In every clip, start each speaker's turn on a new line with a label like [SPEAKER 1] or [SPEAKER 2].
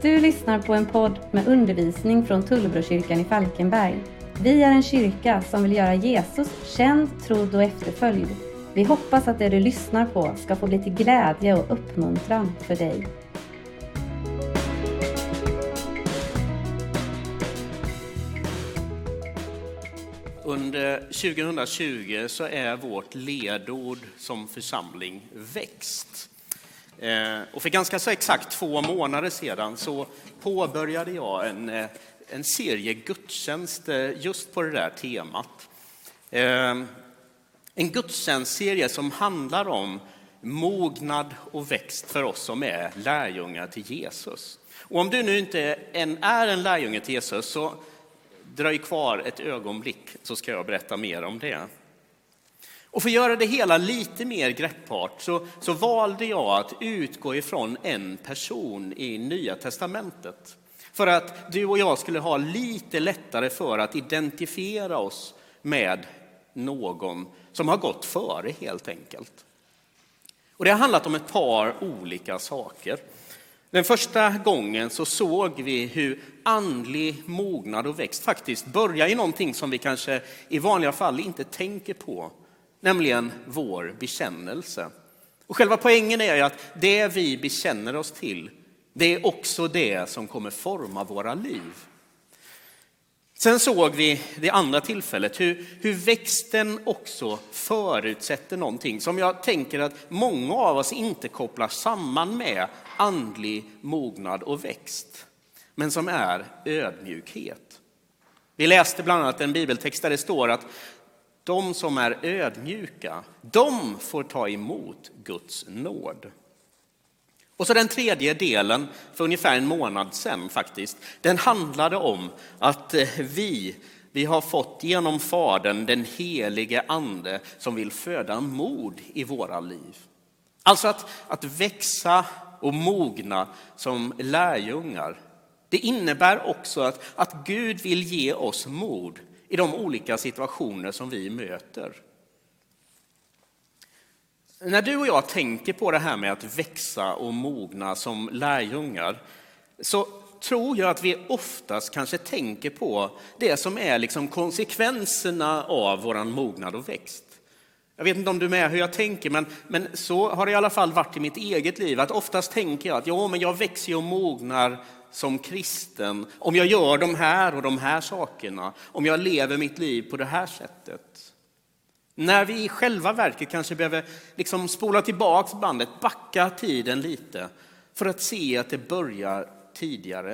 [SPEAKER 1] Du lyssnar på en podd med undervisning från Tullbrokyrkan i Falkenberg. Vi är en kyrka som vill göra Jesus känd, trodd och efterföljd. Vi hoppas att det du lyssnar på ska få bli till glädje och uppmuntran för dig.
[SPEAKER 2] Under 2020 så är vårt ledord som församling växt. Och för ganska så exakt 2 månader sedan så påbörjade jag en serie gudstjänster just på det där temat. En gudstjänstserie som handlar om mognad och växt för oss som är lärjungar till Jesus. Och om du nu inte är en lärjunge till Jesus så dröj kvar ett ögonblick så ska jag berätta mer om det. Och för att göra det hela lite mer greppbart så valde jag att utgå ifrån en person i Nya testamentet. För att du och jag skulle ha lite lättare för att identifiera oss med någon som har gått före helt enkelt. Och det har handlat om ett par olika saker. Den första gången så såg vi hur andlig mognad och växt faktiskt börjar i någonting som vi kanske i vanliga fall inte tänker på. Nämligen vår bekännelse. Och själva poängen är ju att det vi bekänner oss till, det är också det som kommer forma våra liv. Sen såg vi det andra tillfället hur växten också förutsätter någonting som jag tänker att många av oss inte kopplar samman med andlig mognad och växt. Men som är ödmjukhet. Vi läste bland annat en bibeltext där det står att de som är ödmjuka, de får ta emot Guds nåd. Och så den tredje delen för ungefär en månad sedan faktiskt. Den handlade om att vi har fått genom Fadern den helige ande som vill föda mod i våra liv. Alltså att växa och mogna som lärjungar. Det innebär också att Gud vill ge oss mod i de olika situationer som vi möter. När du och jag tänker på det här med att växa och mogna som lärjungar så tror jag att vi oftast kanske tänker på det som är liksom konsekvenserna av våran mognad och växt. Jag vet inte om du är med hur jag tänker, men så har det i alla fall varit i mitt eget liv. Att oftast tänker jag att men jag växer och mognar som kristen om jag gör de här sakerna. Om jag lever mitt liv på det här sättet. När vi i själva verket kanske behöver liksom spola tillbaka bandet, backa tiden lite för att se att det börjar tidigare.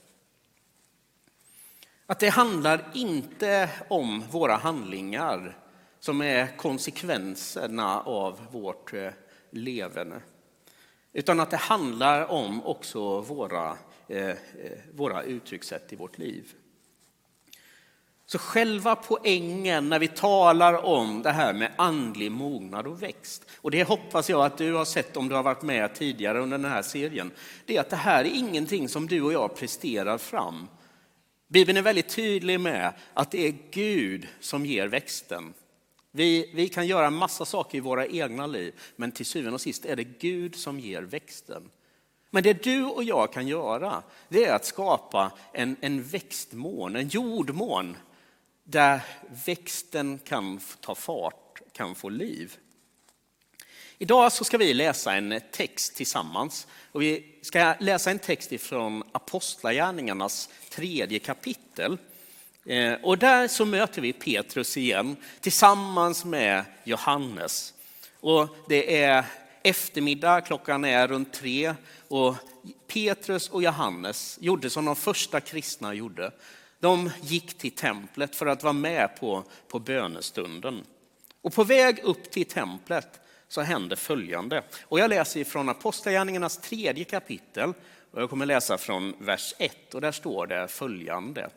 [SPEAKER 2] Att det handlar inte om våra handlingar som är konsekvenserna av vårt leverne. Utan att det handlar om också våra uttryckssätt i vårt liv. Så själva poängen när vi talar om det här med andlig mognad och växt. Och det hoppas jag att du har sett om du har varit med tidigare under den här serien. Det är att det här är ingenting som du och jag presterar fram. Bibeln är väldigt tydlig med att det är Gud som ger växten. Vi kan göra en massa saker i våra egna liv. Men till syvende och sist är det Gud som ger växten. Men det du och jag kan göra, det är att skapa en växtmån, en jordmån. Där växten kan ta fart, kan få liv. Idag så ska vi läsa en text tillsammans. Och vi ska läsa en text ifrån Apostlagärningarnas 3:e kapitel. Och där så möter vi Petrus igen tillsammans med Johannes. Och det är eftermiddag, klockan är runt 3. Och Petrus och Johannes gjorde som de första kristna gjorde. De gick till templet för att vara med på bönestunden. Och på väg upp till templet så hände följande. Och jag läser från Apostlagärningarnas 3:e kapitel. Och jag kommer läsa från vers 1. Och där står det följande.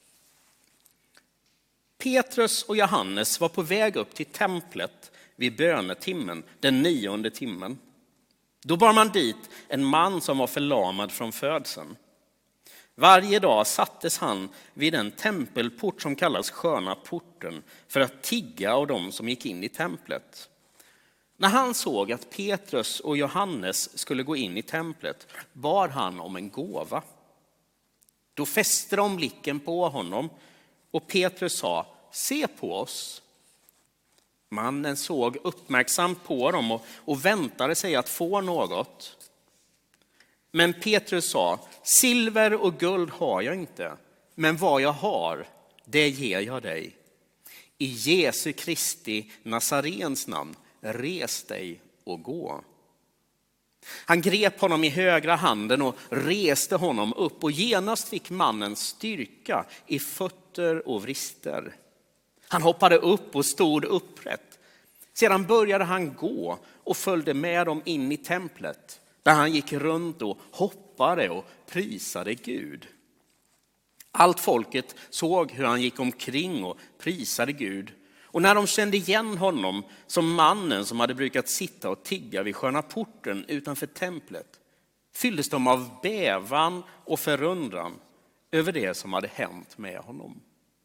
[SPEAKER 2] Petrus och Johannes var på väg upp till templet vid bönetimmen, den 9:e timmen. Då bar man dit en man som var förlamad från födseln. Varje dag sattes han vid en tempelport som kallas Sköna porten för att tigga av dem som gick in i templet. När han såg att Petrus och Johannes skulle gå in i templet bar han om en gåva. Då fäste de blicken på honom och Petrus sa, se på oss. Mannen såg uppmärksamt på dem och väntade sig att få något. Men Petrus sa, silver och guld har jag inte, men vad jag har, det ger jag dig. I Jesu Kristi Nazarens namn, res dig och gå. Han grep honom i högra handen och reste honom upp och genast fick mannen styrka i fötter och vrister. Han hoppade upp och stod upprätt. Sedan började han gå och följde med dem in i templet, där han gick runt och hoppade och prisade Gud. Allt folket såg hur han gick omkring och prisade Gud. Och när de kände igen honom som mannen som hade brukat sitta och tigga vid sköna porten utanför templet, fylldes de av bävan och förundran över det som hade hänt med honom.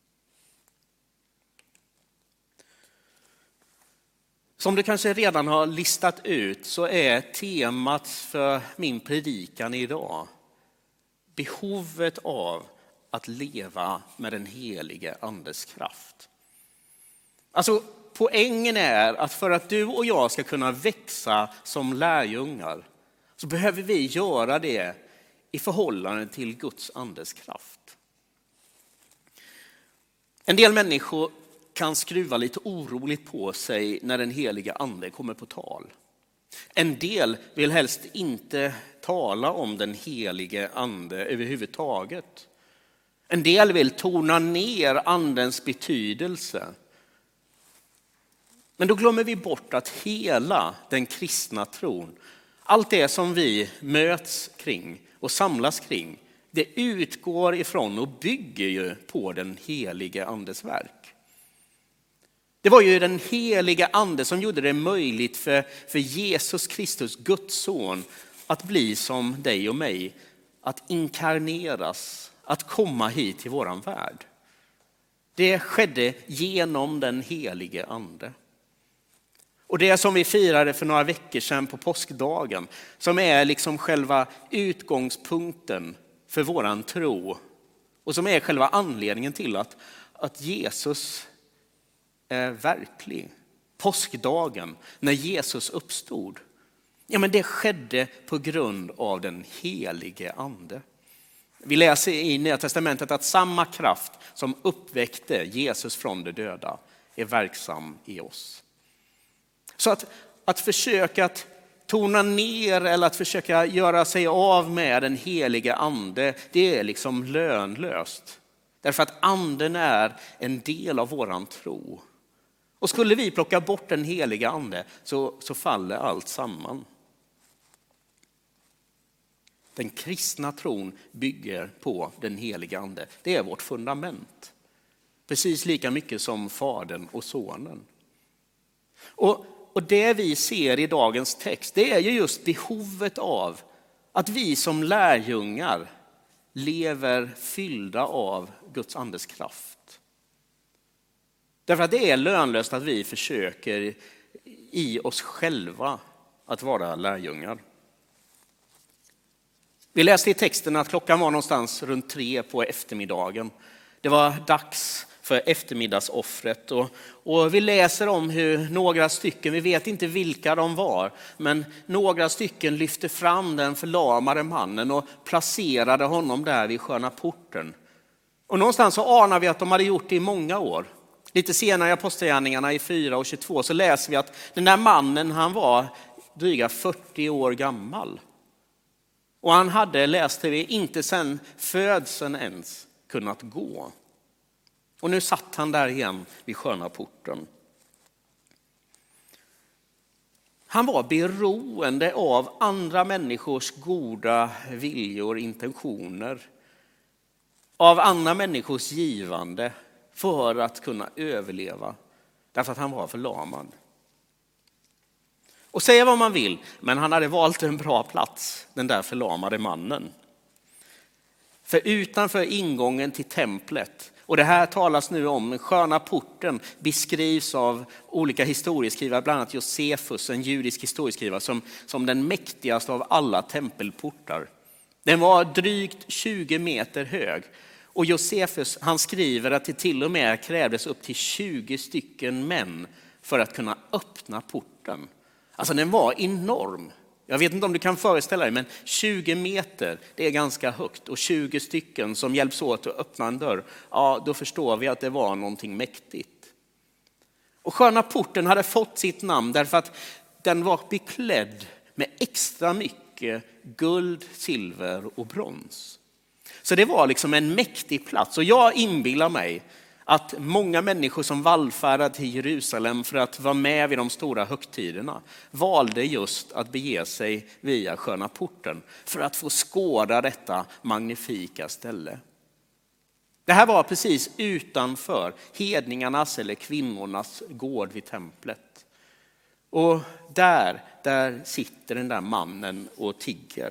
[SPEAKER 2] Som du kanske redan har listat ut så är temat för min predikan idag behovet av att leva med den helige andes kraft. Alltså poängen är att för att du och jag ska kunna växa som lärjungar så behöver vi göra det i förhållande till Guds andes kraft. En del människor kan skruva lite oroligt på sig när den heliga ande kommer på tal. En del vill helst inte tala om den helige ande överhuvudtaget. En del vill tona ner andens betydelse. Men då glömmer vi bort att hela den kristna tron, allt det som vi möts kring och samlas kring, det utgår ifrån och bygger ju på den helige andes verk. Det var ju den heliga ande som gjorde det möjligt för Jesus Kristus, Guds son, att bli som dig och mig, att inkarneras, att komma hit till våran värld. Det skedde genom den helige ande. Och det som vi firade för några veckor sedan på påskdagen, som är liksom själva utgångspunkten för våran tro och som är själva anledningen till att Jesus är verklig. Påskdagen, när Jesus uppstod, ja men det skedde på grund av den helige ande. Vi läser i Nya testamentet att samma kraft som uppväckte Jesus från de döda är verksam i oss. Så att försöka att tona ner eller att försöka göra sig av med den heliga ande, det är liksom lönlöst. Därför att anden är en del av våran tro. Och skulle vi plocka bort den heliga ande så faller allt samman. Den kristna tron bygger på den heliga ande. Det är vårt fundament. Precis lika mycket som Fadern och Sonen. Och det vi ser i dagens text, det är ju just behovet av att vi som lärjungar lever fyllda av Guds andes kraft. Därför att det är lönlöst att vi försöker i oss själva att vara lärjungar. Vi läste i texten att klockan var någonstans runt 3 på eftermiddagen. Det var dags för eftermiddagsoffret och vi läser om hur några stycken, vi vet inte vilka de var, men några stycken lyfte fram den förlamade mannen och placerade honom där vid sköna porten. Och någonstans så anar vi att de hade gjort det i många år. Lite senare i Apostlagärningarna i 4 och 22 så läser vi att den där mannen, han var dryga 40 år gammal. Och han hade, läste vi, inte sedan födseln ens kunnat gå. Och nu satt han där igen vid sköna porten. Han var beroende av andra människors goda viljor och intentioner. Av andra människors givande för att kunna överleva. Därför att han var förlamad. Och säga vad man vill, men han hade valt en bra plats, den där förlamade mannen. För utanför ingången till templet, och det här talas nu om, sköna porten beskrivs av olika historieskrivare, bland annat Josefus, en judisk historieskrivare, som den mäktigaste av alla tempelportar. Den var drygt 20 meter hög. Och Josefus, han skriver att det till och med krävdes upp till 20 stycken män för att kunna öppna porten. Alltså den var enorm. Jag vet inte om du kan föreställa dig, men 20 meter, det är ganska högt. Och 20 stycken som hjälps åt att öppna en dörr, ja då förstår vi att det var någonting mäktigt. Och Sköna porten hade fått sitt namn därför att den var beklädd med extra mycket guld, silver och brons. Så det var liksom en mäktig plats. Och jag inbillar mig att många människor som vallfärdade till Jerusalem för att vara med vid de stora högtiderna valde just att bege sig via Sköna porten för att få skåda detta magnifika ställe. Det här var precis utanför hedningarnas eller kvinnornas gård vid templet. Och där sitter den där mannen och tigger.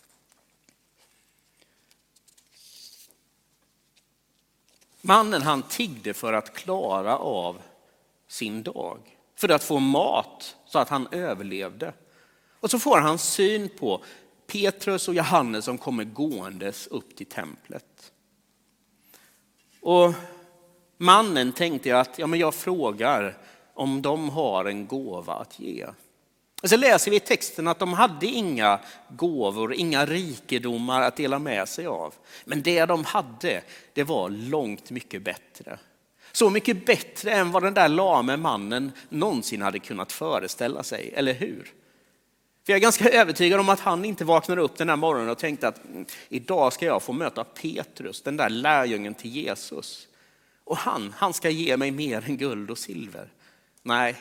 [SPEAKER 2] Mannen han tiggde för att klara av sin dag. För att få mat så att han överlevde. Och så får han syn på Petrus och Johannes som kommer gåendes upp till templet. Och mannen tänkte att jag frågar om de har en gåva att ge. Och så läser vi i texten att de hade inga gåvor, inga rikedomar att dela med sig av. Men det de hade, det var långt mycket bättre. Så mycket bättre än vad den där lame mannen någonsin hade kunnat föreställa sig, eller hur? För jag är ganska övertygad om att han inte vaknade upp den här morgonen och tänkte att idag ska jag få möta Petrus, den där lärjungen till Jesus. Och han ska ge mig mer än guld och silver. Nej.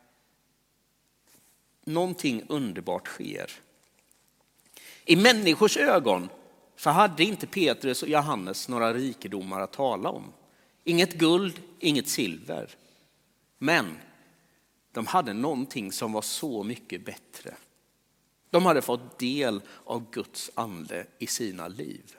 [SPEAKER 2] Någonting underbart sker. I människors ögon så hade inte Petrus och Johannes några rikedomar att tala om. Inget guld, inget silver. Men de hade någonting som var så mycket bättre. De hade fått del av Guds ande i sina liv.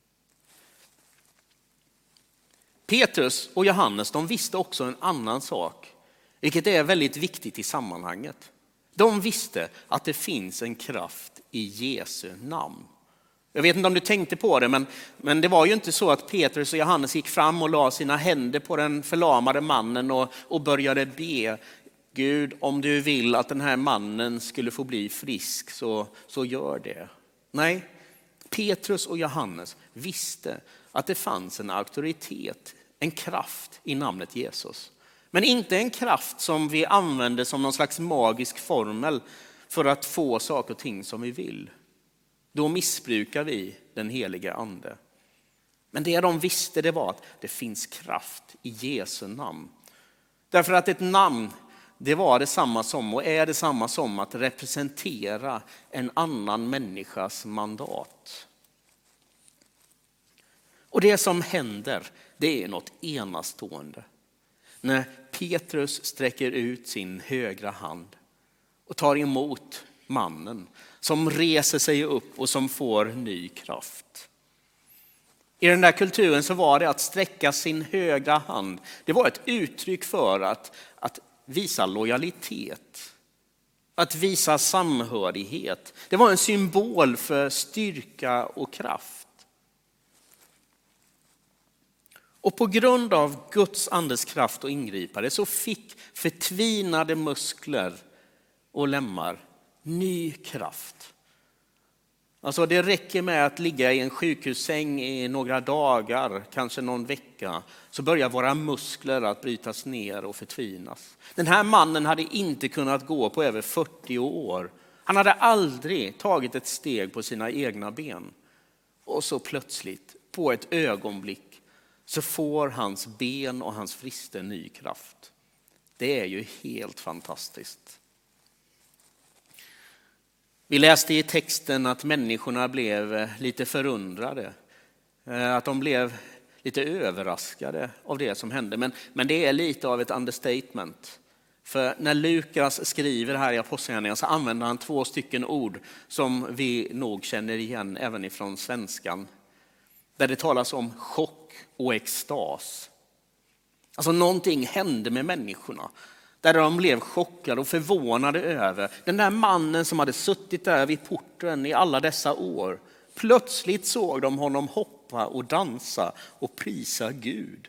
[SPEAKER 2] Petrus och Johannes, de visste också en annan sak, vilket är väldigt viktigt i sammanhanget. De visste att det finns en kraft i Jesu namn. Jag vet inte om du tänkte på det, men det var ju inte så att Petrus och Johannes gick fram och la sina händer på den förlamade mannen och började be. Gud, om du vill att den här mannen skulle få bli frisk så gör det. Nej, Petrus och Johannes visste att det fanns en auktoritet, en kraft i namnet Jesus. Men inte en kraft som vi använder som någon slags magisk formel för att få saker och ting som vi vill. Då missbrukar vi den heliga ande. Men det de visste, det var att det finns kraft i Jesu namn. Därför att ett namn, det var detsamma som och är detsamma som att representera en annan människas mandat. Och det som händer, det är något enastående. När Petrus sträcker ut sin högra hand och tar emot mannen som reser sig upp och som får ny kraft. I den där kulturen så var det att sträcka sin högra hand. Det var ett uttryck för att visa lojalitet. Att visa samhörighet. Det var en symbol för styrka och kraft. Och på grund av Guds andes kraft och ingripande så fick förtvinade muskler och lemmar ny kraft. Alltså det räcker med att ligga i en sjukhussäng i några dagar, kanske någon vecka, så börjar våra muskler att brytas ner och förtvinas. Den här mannen hade inte kunnat gå på över 40 år. Han hade aldrig tagit ett steg på sina egna ben. Och så plötsligt, på ett ögonblick, så får hans ben och hans frister ny kraft. Det är ju helt fantastiskt. Vi läste i texten att människorna blev lite förundrade. Att de blev lite överraskade av det som hände. Men det är lite av ett understatement. För när Lukas skriver här i Apostlagärningarna så använder han 2 stycken ord som vi nog känner igen även ifrån svenskan. Där det talas om chock och extas. Alltså någonting hände med människorna. Där de blev chockade och förvånade över den där mannen som hade suttit där vid porten i alla dessa år. Plötsligt såg de honom hoppa och dansa och prisa Gud.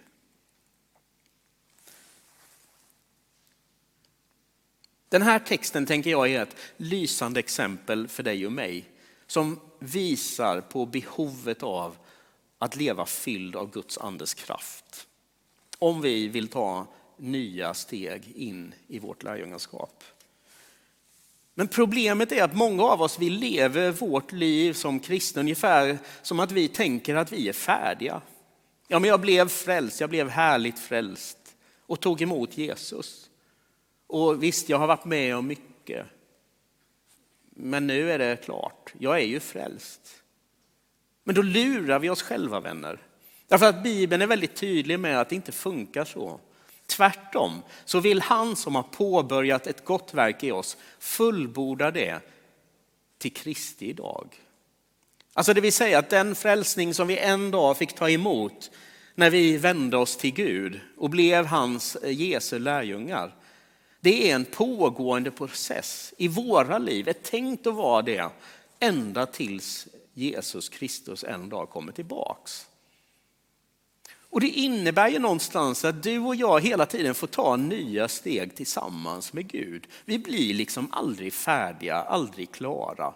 [SPEAKER 2] Den här texten tänker jag är ett lysande exempel för dig och mig som visar på behovet av att leva fylld av Guds andes kraft. Om vi vill ta nya steg in i vårt lärjungaskap. Men problemet är att många av oss vill leva vårt liv som kristna ungefär som att vi tänker att vi är färdiga. Ja, men jag blev frälst, jag blev härligt frälst och tog emot Jesus. Och visst, jag har varit med om mycket. Men nu är det klart, jag är ju frälst. Men då lurar vi oss själva, vänner. Därför att Bibeln är väldigt tydlig med att det inte funkar så. Tvärtom så vill han som har påbörjat ett gott verk i oss fullborda det till Kristi dag. Alltså det vill säga att den frälsning som vi en dag fick ta emot när vi vände oss till Gud och blev hans Jesu lärjungar. Det är en pågående process i våra liv, är tänkt att vara det ända tills Jesus Kristus en dag kommer tillbaks. Och det innebär ju någonstans att du och jag hela tiden får ta nya steg tillsammans med Gud. Vi blir liksom aldrig färdiga, aldrig klara.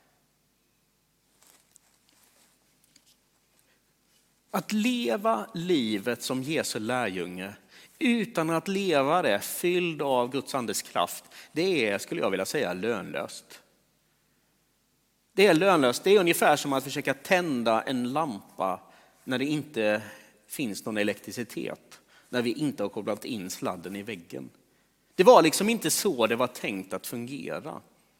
[SPEAKER 2] Att leva livet som Jesu lärjunge utan att leva det fylld av Guds andes kraft, det är, skulle jag vilja säga, lönlöst. Det är lönlöst. Det är ungefär som att försöka tända en lampa när det inte finns någon elektricitet, när vi inte har kopplat in sladden i väggen. Det var liksom inte så det var tänkt att fungera.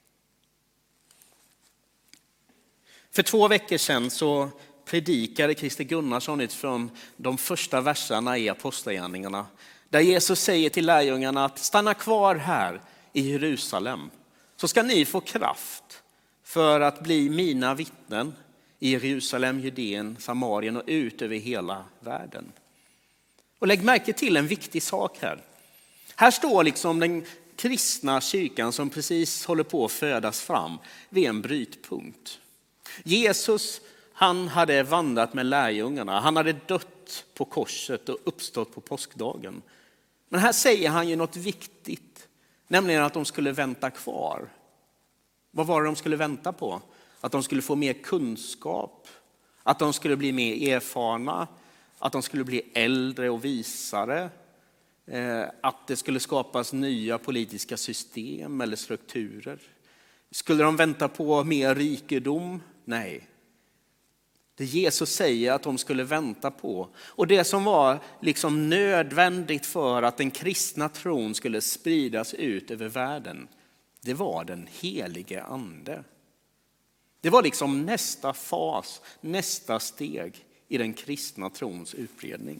[SPEAKER 2] För 2 veckor sedan så predikade Christer Gunnarsson utifrån de första verserna i Apostlagärningarna, där Jesus säger till lärjungarna att stanna kvar här i Jerusalem, så ska ni få kraft för att bli mina vittnen i Jerusalem, Judeen, Samarien och ut över hela världen. Och lägg märke till en viktig sak här. Här står liksom den kristna kyrkan som precis håller på att födas fram vid en brytpunkt. Jesus, han hade vandrat med lärjungarna. Han hade dött på korset och uppstått på påskdagen. Men här säger han ju något viktigt, nämligen att de skulle vänta kvar. Vad var det de skulle vänta på? Att de skulle få mer kunskap, att de skulle bli mer erfarna, att de skulle bli äldre och visare, att det skulle skapas nya politiska system eller strukturer. Skulle de vänta på mer rikedom? Nej. Det Jesus säger att de skulle vänta på, och det som var liksom nödvändigt för att den kristna tron skulle spridas ut över världen, det var den helige ande. Det var liksom nästa fas, nästa steg i den kristna trons utbredning.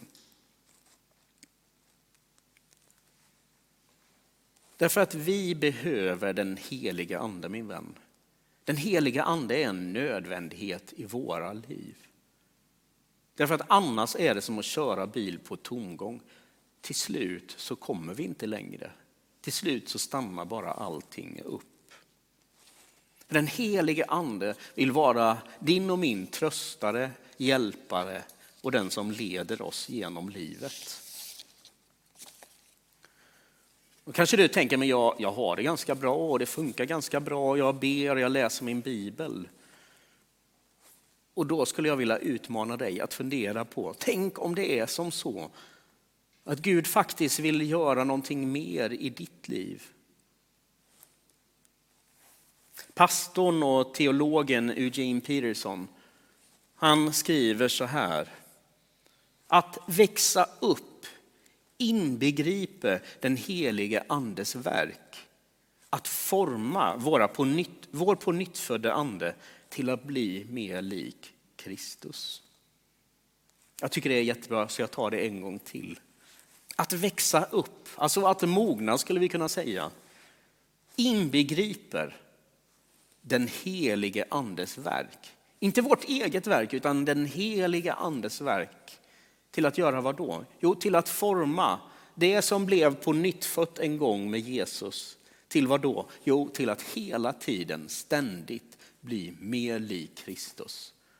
[SPEAKER 2] Därför att vi behöver den heliga ande, min vän. Den heliga ande är en nödvändighet i våra liv. Därför att annars är det som att köra bil på tomgång. Till slut så kommer vi inte längre. Till slut så stannar bara allting upp. Den helige ande vill vara din och min tröstare, hjälpare och den som leder oss genom livet. Och kanske du tänker, men jag har det ganska bra och det funkar ganska bra. Jag ber och jag läser min bibel. Och då skulle jag vilja utmana dig att fundera på, tänk om det är som så att Gud faktiskt vill göra någonting mer i ditt liv. Pastorn och teologen Eugene Peterson, han skriver så här: att växa upp inbegriper den helige andes verk. Att forma vår pånyttfödda ande till att bli mer lik Kristus. Jag tycker det är jättebra, så jag tar det en gång till. Att växa upp, alltså att mogna skulle vi kunna säga, inbegriper den helige andes verk. Inte vårt eget verk, utan den helige andes verk. Till att göra vad då? Jo, till att forma det som blev på nyttfött en gång med Jesus. Till vad då? Jo, till att hela tiden ständigt bli mer lik Kristus.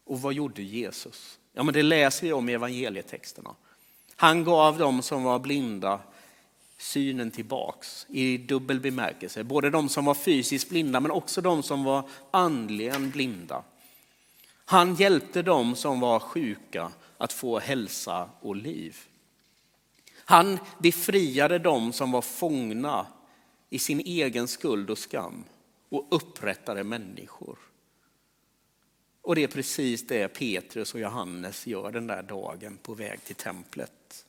[SPEAKER 2] Och vad gjorde Jesus? Ja, men det läser vi om i evangelietexterna. Han gav dem som var blinda synen tillbaks i dubbel bemärkelse. Både de som var fysiskt blinda men också de som var andligen blinda. Han hjälpte dem som var sjuka att få hälsa och liv. Han befriade dem som var fångna i sin egen skuld och skam och upprättade människor. Och det är precis det Petrus och Johannes gör den där dagen på väg till templet.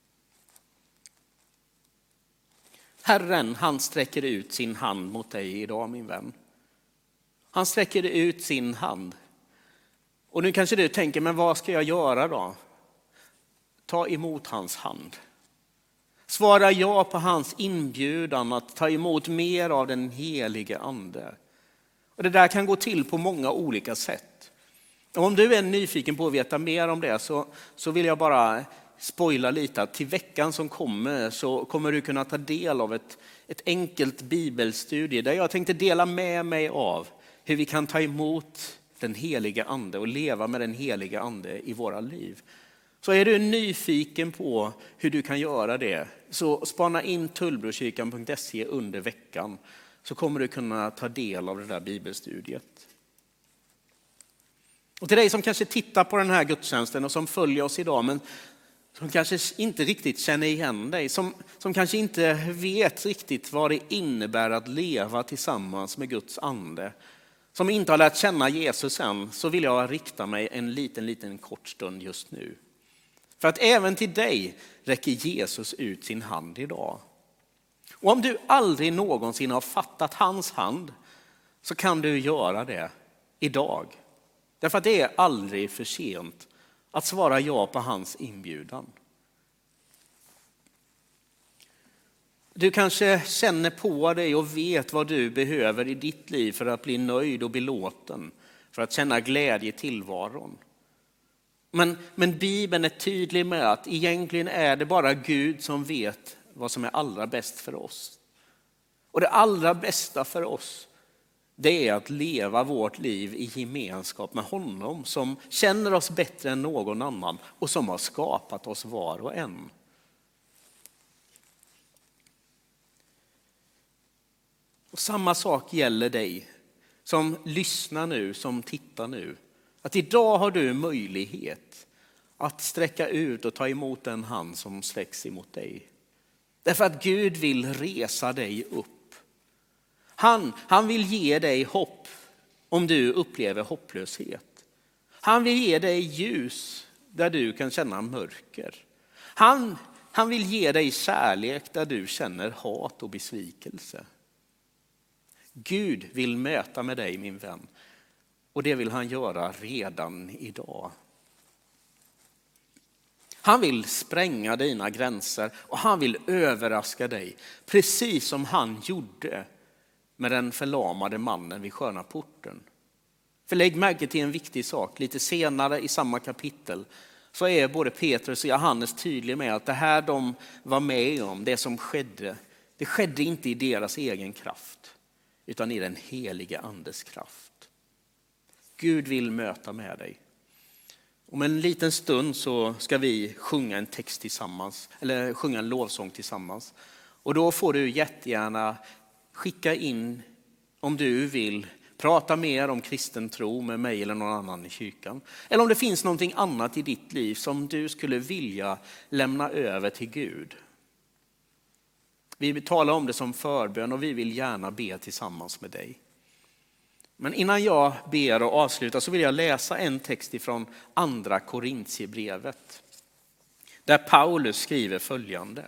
[SPEAKER 2] Herren, han sträcker ut sin hand mot dig idag, min vän. Han sträcker ut sin hand. Och nu kanske du tänker, men vad ska jag göra då? Ta emot hans hand. Svara ja på hans inbjudan att ta emot mer av den helige ande. Och det där kan gå till på många olika sätt. Och om du är nyfiken på att veta mer om det så vill jag bara spoila lite att till veckan som kommer så kommer du kunna ta del av ett enkelt bibelstudie där jag tänkte dela med mig av hur vi kan ta emot den heliga ande och leva med den heliga ande i våra liv. Så är du nyfiken på hur du kan göra det så spana in tullbrokyrkan.se under veckan så kommer du kunna ta del av det där bibelstudiet. Och till dig som kanske tittar på den här gudstjänsten och som följer oss idag men som kanske inte riktigt känner igen dig, som kanske inte vet riktigt vad det innebär att leva tillsammans med Guds ande, som inte har lärt känna Jesus än, så vill jag rikta mig en liten kort stund just nu. För att även till dig räcker Jesus ut sin hand idag. Och om du aldrig någonsin har fattat hans hand så kan du göra det idag. Därför att det är aldrig för sent att svara ja på hans inbjudan. Du kanske känner på dig och vet vad du behöver i ditt liv för att bli nöjd och belåten, för att känna glädje i tillvaron. Men Bibeln är tydlig med att egentligen är det bara Gud som vet vad som är allra bäst för oss. Och det allra bästa för oss, det är att leva vårt liv i gemenskap med honom som känner oss bättre än någon annan och som har skapat oss var och en. Och samma sak gäller dig som lyssnar nu, som tittar nu. Att idag har du möjlighet att sträcka ut och ta emot den hand som sträcks emot dig. Därför att Gud vill resa dig upp. Han vill ge dig hopp om du upplever hopplöshet. Han vill ge dig ljus där du kan känna mörker. Han vill ge dig kärlek där du känner hat och besvikelse. Gud vill möta med dig, min vän. Och det vill han göra redan idag. Han vill spränga dina gränser och han vill överraska dig. Precis som han gjorde med den förlamade mannen vid sköna porten. För lägg märke till en viktig sak. Lite senare i samma kapitel så är både Petrus och Johannes tydliga med att det här de var med om, det som skedde, det skedde inte i deras egen kraft utan i den heliga andes kraft. Gud vill möta med dig. Om en liten stund så ska vi sjunga en text tillsammans, eller sjunga en lovsång tillsammans. Och då får du jättegärna skicka in om du vill prata mer om kristen tro med mig eller någon annan i kyrkan. Eller om det finns någonting annat i ditt liv som du skulle vilja lämna över till Gud. Vi talar om det som förbön och vi vill gärna be tillsammans med dig. Men innan jag ber och avslutar så vill jag läsa en text ifrån andra Korintierbrevet. Där Paulus skriver följande.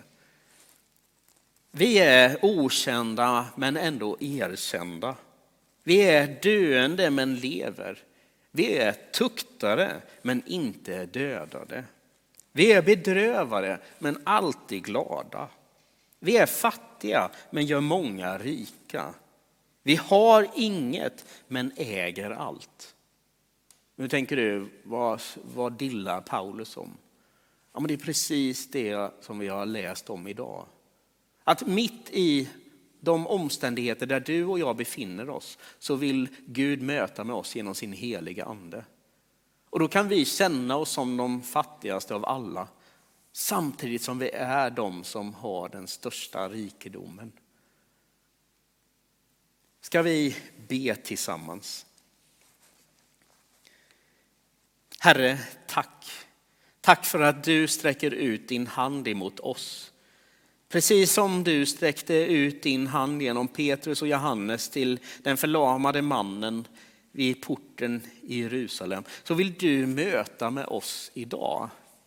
[SPEAKER 2] Vi är okända men ändå erkända. Vi är döende men lever. Vi är tuktare men inte dödade. Vi är bedrövade men alltid glada. Vi är fattiga men gör många rika. Vi har inget men äger allt. Nu tänker du, vad dillar Paulus om? Ja, men det är precis det som vi har läst om idag. Att mitt i de omständigheter där du och jag befinner oss så vill Gud möta med oss genom sin heliga ande. Och då kan vi känna oss som de fattigaste av alla, samtidigt som vi är de som har den största rikedomen. Ska vi be tillsammans? Herre, tack. Tack för att du sträcker ut din hand emot oss. Precis som du sträckte ut din hand genom Petrus och Johannes till den förlamade mannen vid porten i Jerusalem, så vill du möta med oss idag.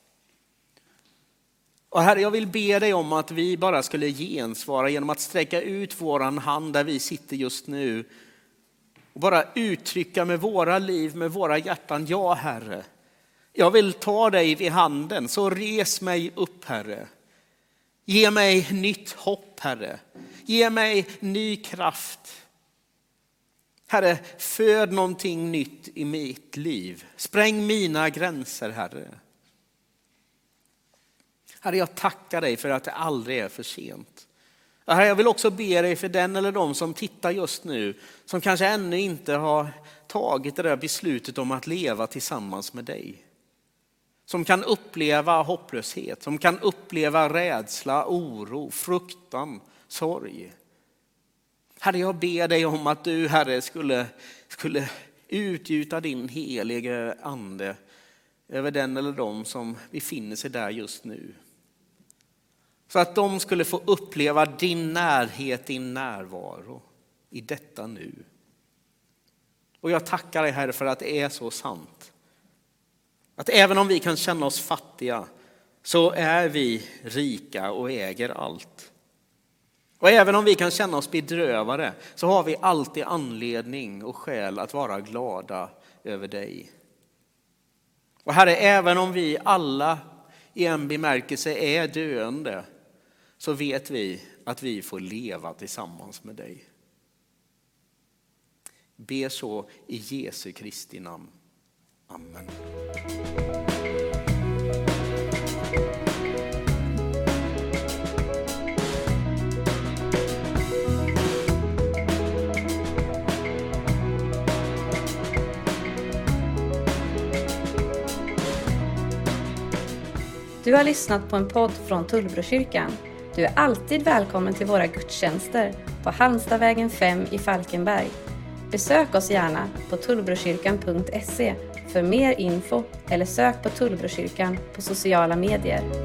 [SPEAKER 2] Och Herre, jag vill be dig om att vi bara skulle gensvara genom att sträcka ut våran hand där vi sitter just nu. Och bara uttrycka med våra liv, med våra hjärtan: ja Herre, jag vill ta dig vid handen, så res mig upp Herre. Ge mig nytt hopp Herre. Ge mig ny kraft. Herre, föd någonting nytt i mitt liv. Spräng mina gränser Herre. Herre, jag tackar dig för att det aldrig är för sent. Herre, jag vill också be dig för den eller de som tittar just nu, som kanske ännu inte har tagit det där beslutet om att leva tillsammans med dig. Som kan uppleva hopplöshet, som kan uppleva rädsla, oro, fruktan, sorg. Herre, jag ber dig om att du, Herre, skulle utgjuta din helige ande över den eller de som befinner sig där just nu. Så att de skulle få uppleva din närhet, din närvaro i detta nu. Och jag tackar dig Herre för att det är så sant. Att även om vi kan känna oss fattiga, så är vi rika och äger allt. Och även om vi kan känna oss bedrövade, så har vi alltid anledning och skäl att vara glada över dig. Och Herre, även om vi alla i en bemärkelse är döende, så vet vi att vi får leva tillsammans med dig. Be så i Jesu Kristi namn. Amen.
[SPEAKER 1] Du har lyssnat på en podd från Tullbrokyrkan. Du är alltid välkommen till våra gudstjänster på Halmstadvägen 5 i Falkenberg. Besök oss gärna på tullbrokyrkan.se för mer info eller sök på Tullbrokyrkan på sociala medier.